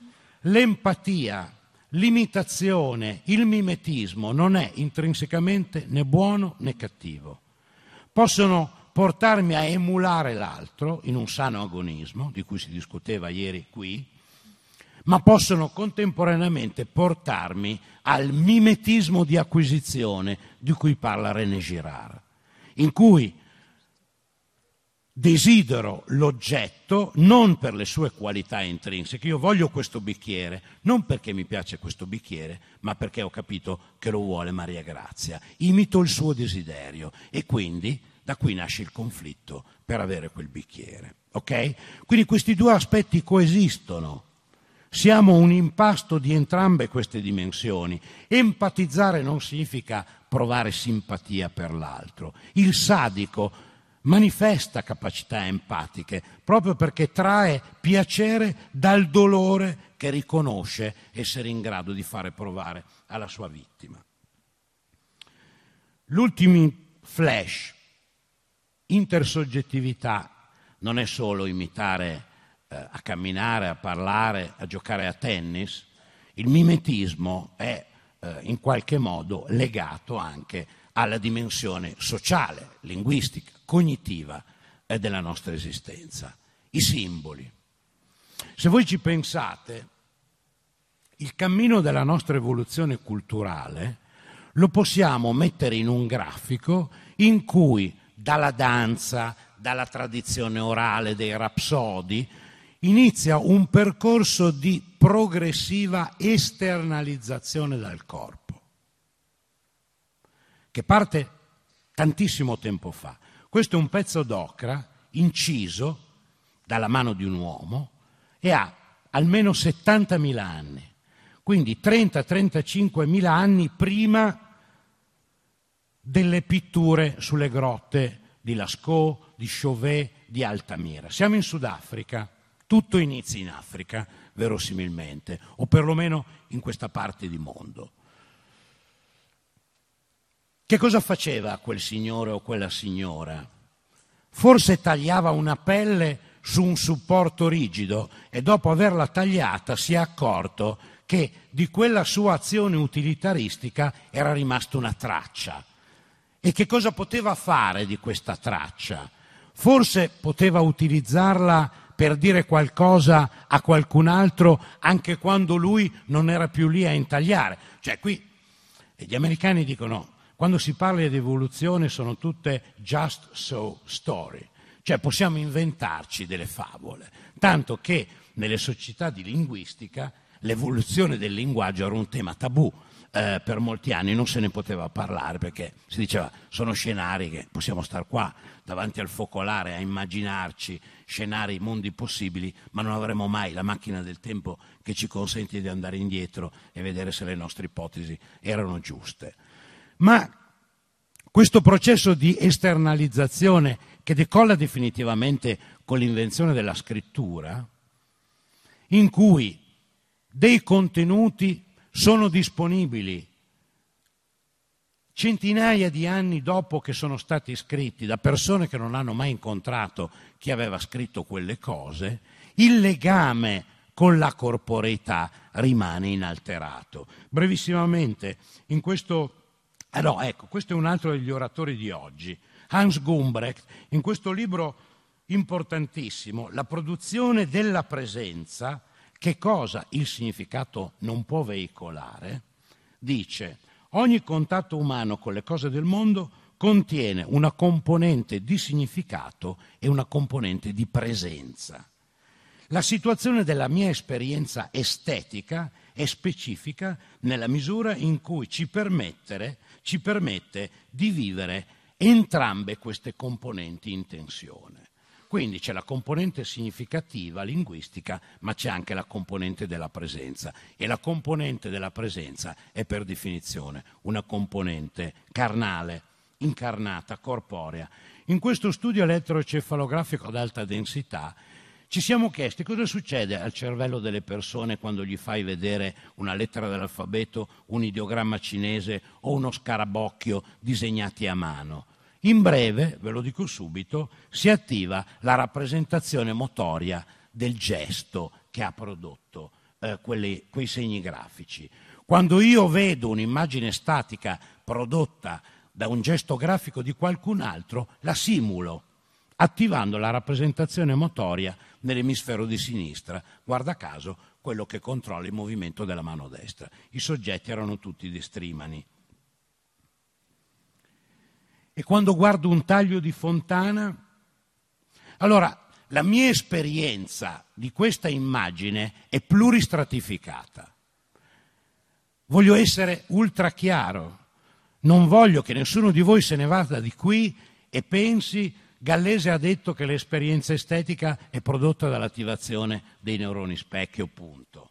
A: L'empatia, l'imitazione, il mimetismo non è intrinsecamente né buono né cattivo. Possono portarmi a emulare l'altro in un sano agonismo, di cui si discuteva ieri qui, ma possono contemporaneamente portarmi al mimetismo di acquisizione di cui parla René Girard, in cui desidero l'oggetto non per le sue qualità intrinseche. Io voglio questo bicchiere, non perché mi piace questo bicchiere, ma perché ho capito che lo vuole Maria Grazia. Imito il suo desiderio e quindi da qui nasce il conflitto per avere quel bicchiere. Ok? Quindi questi due aspetti coesistono. Siamo un impasto di entrambe queste dimensioni. Empatizzare non significa provare simpatia per l'altro. Il sadico manifesta capacità empatiche proprio perché trae piacere dal dolore che riconosce essere in grado di fare provare alla sua vittima. L'ultimo flash, intersoggettività, non è solo imitare a camminare, a parlare, a giocare a tennis. Il mimetismo è in qualche modo legato anche alla dimensione sociale, linguistica, cognitiva della nostra esistenza. I simboli. Se voi ci pensate, il cammino della nostra evoluzione culturale lo possiamo mettere in un grafico in cui dalla danza, dalla tradizione orale dei rapsodi, inizia un percorso di progressiva esternalizzazione dal corpo, che parte tantissimo tempo fa. Questo è un pezzo d'ocra inciso dalla mano di un uomo e ha almeno 70.000 anni, quindi 30-35.000 anni prima delle pitture sulle grotte di Lascaux, di Chauvet, di Altamira. Siamo in Sudafrica, tutto inizia in Africa, verosimilmente, o perlomeno in questa parte di mondo. Che cosa faceva quel signore o quella signora? Forse tagliava una pelle su un supporto rigido e dopo averla tagliata si è accorto che di quella sua azione utilitaristica era rimasta una traccia. E che cosa poteva fare di questa traccia? Forse poteva utilizzarla per dire qualcosa a qualcun altro anche quando lui non era più lì a intagliare. Cioè qui gli americani dicono, quando si parla di evoluzione sono tutte just so story, cioè possiamo inventarci delle favole, tanto che nelle società di linguistica l'evoluzione del linguaggio era un tema tabù. Per molti anni non se ne poteva parlare perché si diceva sono scenari che possiamo star qua davanti al focolare a immaginarci scenari, mondi possibili, ma non avremo mai la macchina del tempo che ci consente di andare indietro e vedere se le nostre ipotesi erano giuste. Ma questo processo di esternalizzazione che decolla definitivamente con l'invenzione della scrittura, in cui dei contenuti sono disponibili centinaia di anni dopo che sono stati scritti da persone che non hanno mai incontrato chi aveva scritto quelle cose, il legame con la corporeità rimane inalterato. Brevissimamente, in questo... questo è un altro degli oratori di oggi, Hans Gumbrecht, in questo libro importantissimo, La produzione della presenza, che cosa il significato non può veicolare, dice: ogni contatto umano con le cose del mondo contiene una componente di significato e una componente di presenza. La situazione della mia esperienza estetica è specifica nella misura in cui ci permette di vivere entrambe queste componenti in tensione. Quindi c'è la componente significativa, linguistica, ma c'è anche la componente della presenza. E la componente della presenza è per definizione una componente carnale, incarnata, corporea. In questo studio elettroencefalografico ad alta densità ci siamo chiesti cosa succede al cervello delle persone quando gli fai vedere una lettera dell'alfabeto, un ideogramma cinese o uno scarabocchio disegnati a mano. In breve, ve lo dico subito, si attiva la rappresentazione motoria del gesto che ha prodotto quei segni grafici. Quando io vedo un'immagine statica prodotta da un gesto grafico di qualcun altro, la simulo, attivando la rappresentazione motoria nell'emisfero di sinistra, guarda caso quello che controlla il movimento della mano destra. I soggetti erano tutti destrimani. E quando guardo un taglio di Fontana, allora la mia esperienza di questa immagine è pluristratificata. Voglio essere ultra chiaro, non voglio che nessuno di voi se ne vada di qui e pensi Gallese ha detto che l'esperienza estetica è prodotta dall'attivazione dei neuroni specchio, punto.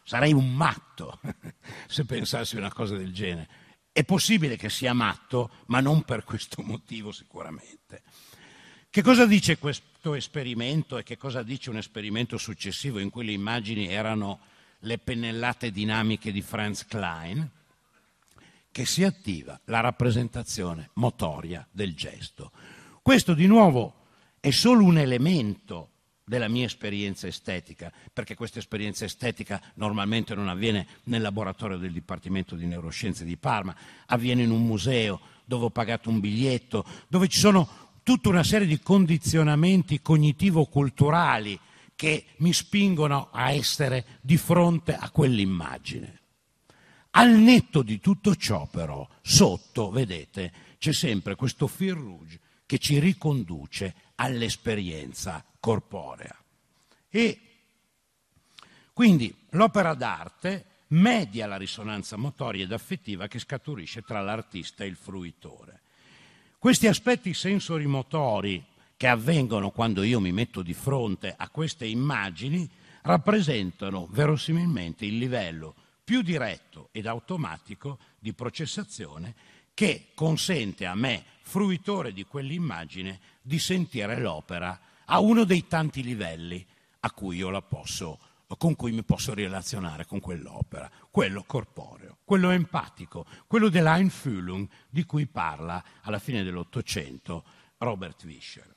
A: sarei un matto se pensassi una cosa del genere. È possibile che sia matto, ma non per questo motivo sicuramente. Che cosa dice questo esperimento e che cosa dice un esperimento successivo in cui le immagini erano le pennellate dinamiche di Franz Klein? Che si attiva la rappresentazione motoria del gesto. Questo di nuovo è solo un elemento della mia esperienza estetica, perché questa esperienza estetica normalmente non avviene nel laboratorio del Dipartimento di Neuroscienze di Parma, avviene in un museo dove ho pagato un biglietto, dove ci sono tutta una serie di condizionamenti cognitivo-culturali che mi spingono a essere di fronte a quell'immagine. Al netto di tutto ciò, però, sotto, vedete, c'è sempre questo fil rouge che ci riconduce all'esperienza corporea. E quindi l'opera d'arte media la risonanza motoria ed affettiva che scaturisce tra l'artista e il fruitore. Questi aspetti sensorimotori che avvengono quando io mi metto di fronte a queste immagini rappresentano verosimilmente il livello più diretto ed automatico di processazione che consente a me, fruitore di quell'immagine, di sentire l'opera a uno dei tanti livelli a cui io con cui mi posso relazionare con quell'opera, quello corporeo, quello empatico, quello dell'Einfühlung di cui parla alla fine dell'Ottocento Robert Vischer.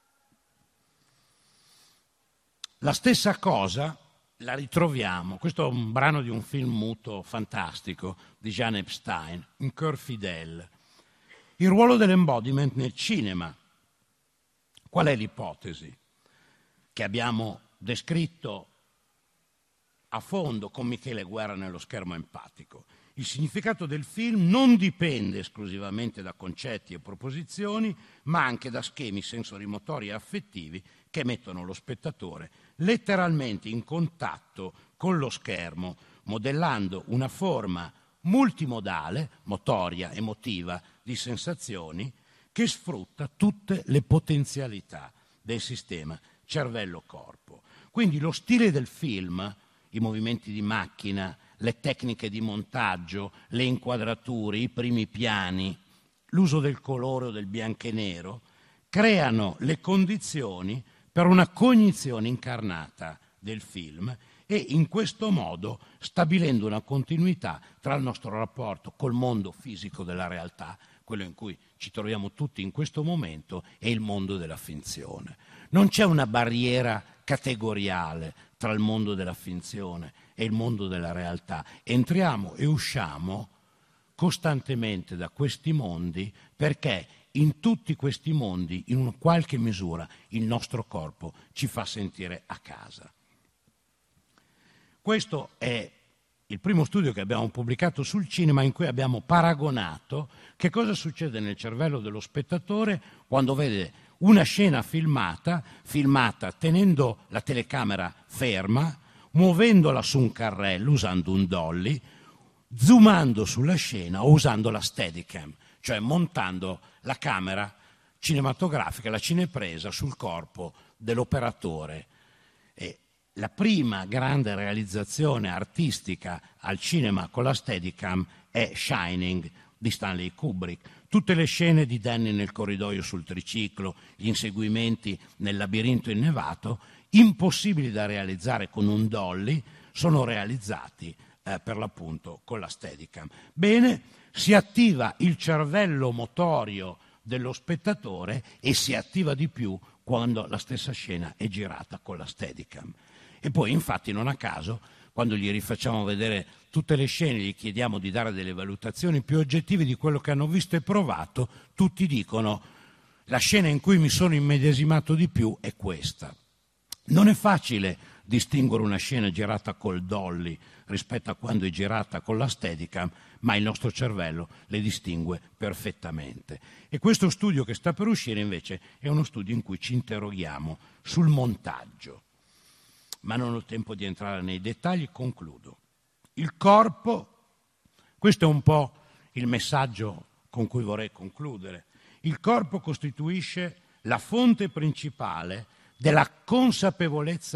A: La stessa cosa la ritroviamo, questo è un brano di un film muto fantastico di Jean Epstein, Un cœur fidèle. Il ruolo dell'embodiment nel cinema. Qual è l'ipotesi che abbiamo descritto a fondo con Michele Guerra nello Schermo empatico? Il significato del film non dipende esclusivamente da concetti e proposizioni, ma anche da schemi sensorimotori e affettivi che mettono lo spettatore letteralmente in contatto con lo schermo, modellando una forma multimodale, motoria, emotiva, di sensazioni, che sfrutta tutte le potenzialità del sistema cervello-corpo. Quindi lo stile del film, i movimenti di macchina, le tecniche di montaggio, le inquadrature, i primi piani, l'uso del colore o del bianco e nero, creano le condizioni per una cognizione incarnata del film e in questo modo stabilendo una continuità tra il nostro rapporto col mondo fisico della realtà, quello in cui ci troviamo tutti in questo momento, e il mondo della finzione. Non c'è una barriera categoriale tra il mondo della finzione e il mondo della realtà. Entriamo e usciamo costantemente da questi mondi perché in tutti questi mondi, in una qualche misura, il nostro corpo ci fa sentire a casa. Questo è il primo studio che abbiamo pubblicato sul cinema in cui abbiamo paragonato che cosa succede nel cervello dello spettatore quando vede una scena filmata tenendo la telecamera ferma, muovendola su un carrello usando un dolly, zoomando sulla scena o usando la Steadicam, cioè montando la camera cinematografica, la cinepresa sul corpo dell'operatore. La prima grande realizzazione artistica al cinema con la Steadicam è Shining di Stanley Kubrick. Tutte le scene di Danny nel corridoio sul triciclo, gli inseguimenti nel labirinto innevato, impossibili da realizzare con un dolly, sono realizzati per l'appunto con la Steadicam. Bene, si attiva il cervello motorio dello spettatore e si attiva di più quando la stessa scena è girata con la Steadicam. E poi infatti non a caso quando gli rifacciamo vedere tutte le scene, gli chiediamo di dare delle valutazioni più oggettive di quello che hanno visto e provato, tutti dicono la scena in cui mi sono immedesimato di più è questa. Non è facile distinguere una scena girata col dolly rispetto a quando è girata con la Steadicam, ma il nostro cervello le distingue perfettamente. E questo studio che sta per uscire invece è uno studio in cui ci interroghiamo sul montaggio. Ma non ho tempo di entrare nei dettagli, concludo. Il corpo, questo è un po' il messaggio con cui vorrei concludere, il corpo costituisce la fonte principale della consapevolezza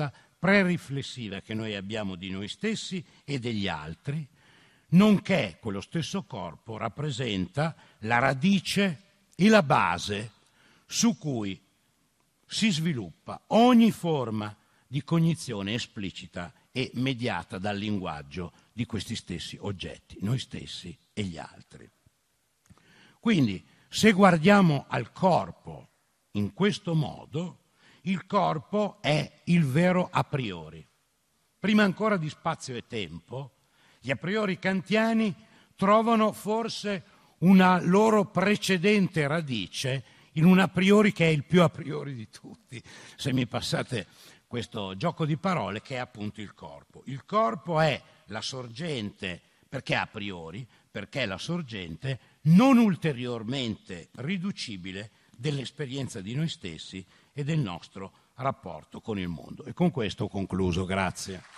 A: preriflessiva che noi abbiamo di noi stessi e degli altri, nonché quello stesso corpo rappresenta la radice e la base su cui si sviluppa ogni forma di cognizione esplicita e mediata dal linguaggio di questi stessi oggetti, noi stessi e gli altri. Quindi, se guardiamo al corpo in questo modo, il corpo è il vero a priori. Prima ancora di spazio e tempo, gli a priori kantiani trovano forse una loro precedente radice in un a priori che è il più a priori di tutti, se mi passate questo gioco di parole, che è appunto il corpo. Il corpo è la sorgente, perché a priori, perché è la sorgente non ulteriormente riducibile dell'esperienza di noi stessi e del nostro rapporto con il mondo. E con questo ho concluso, grazie.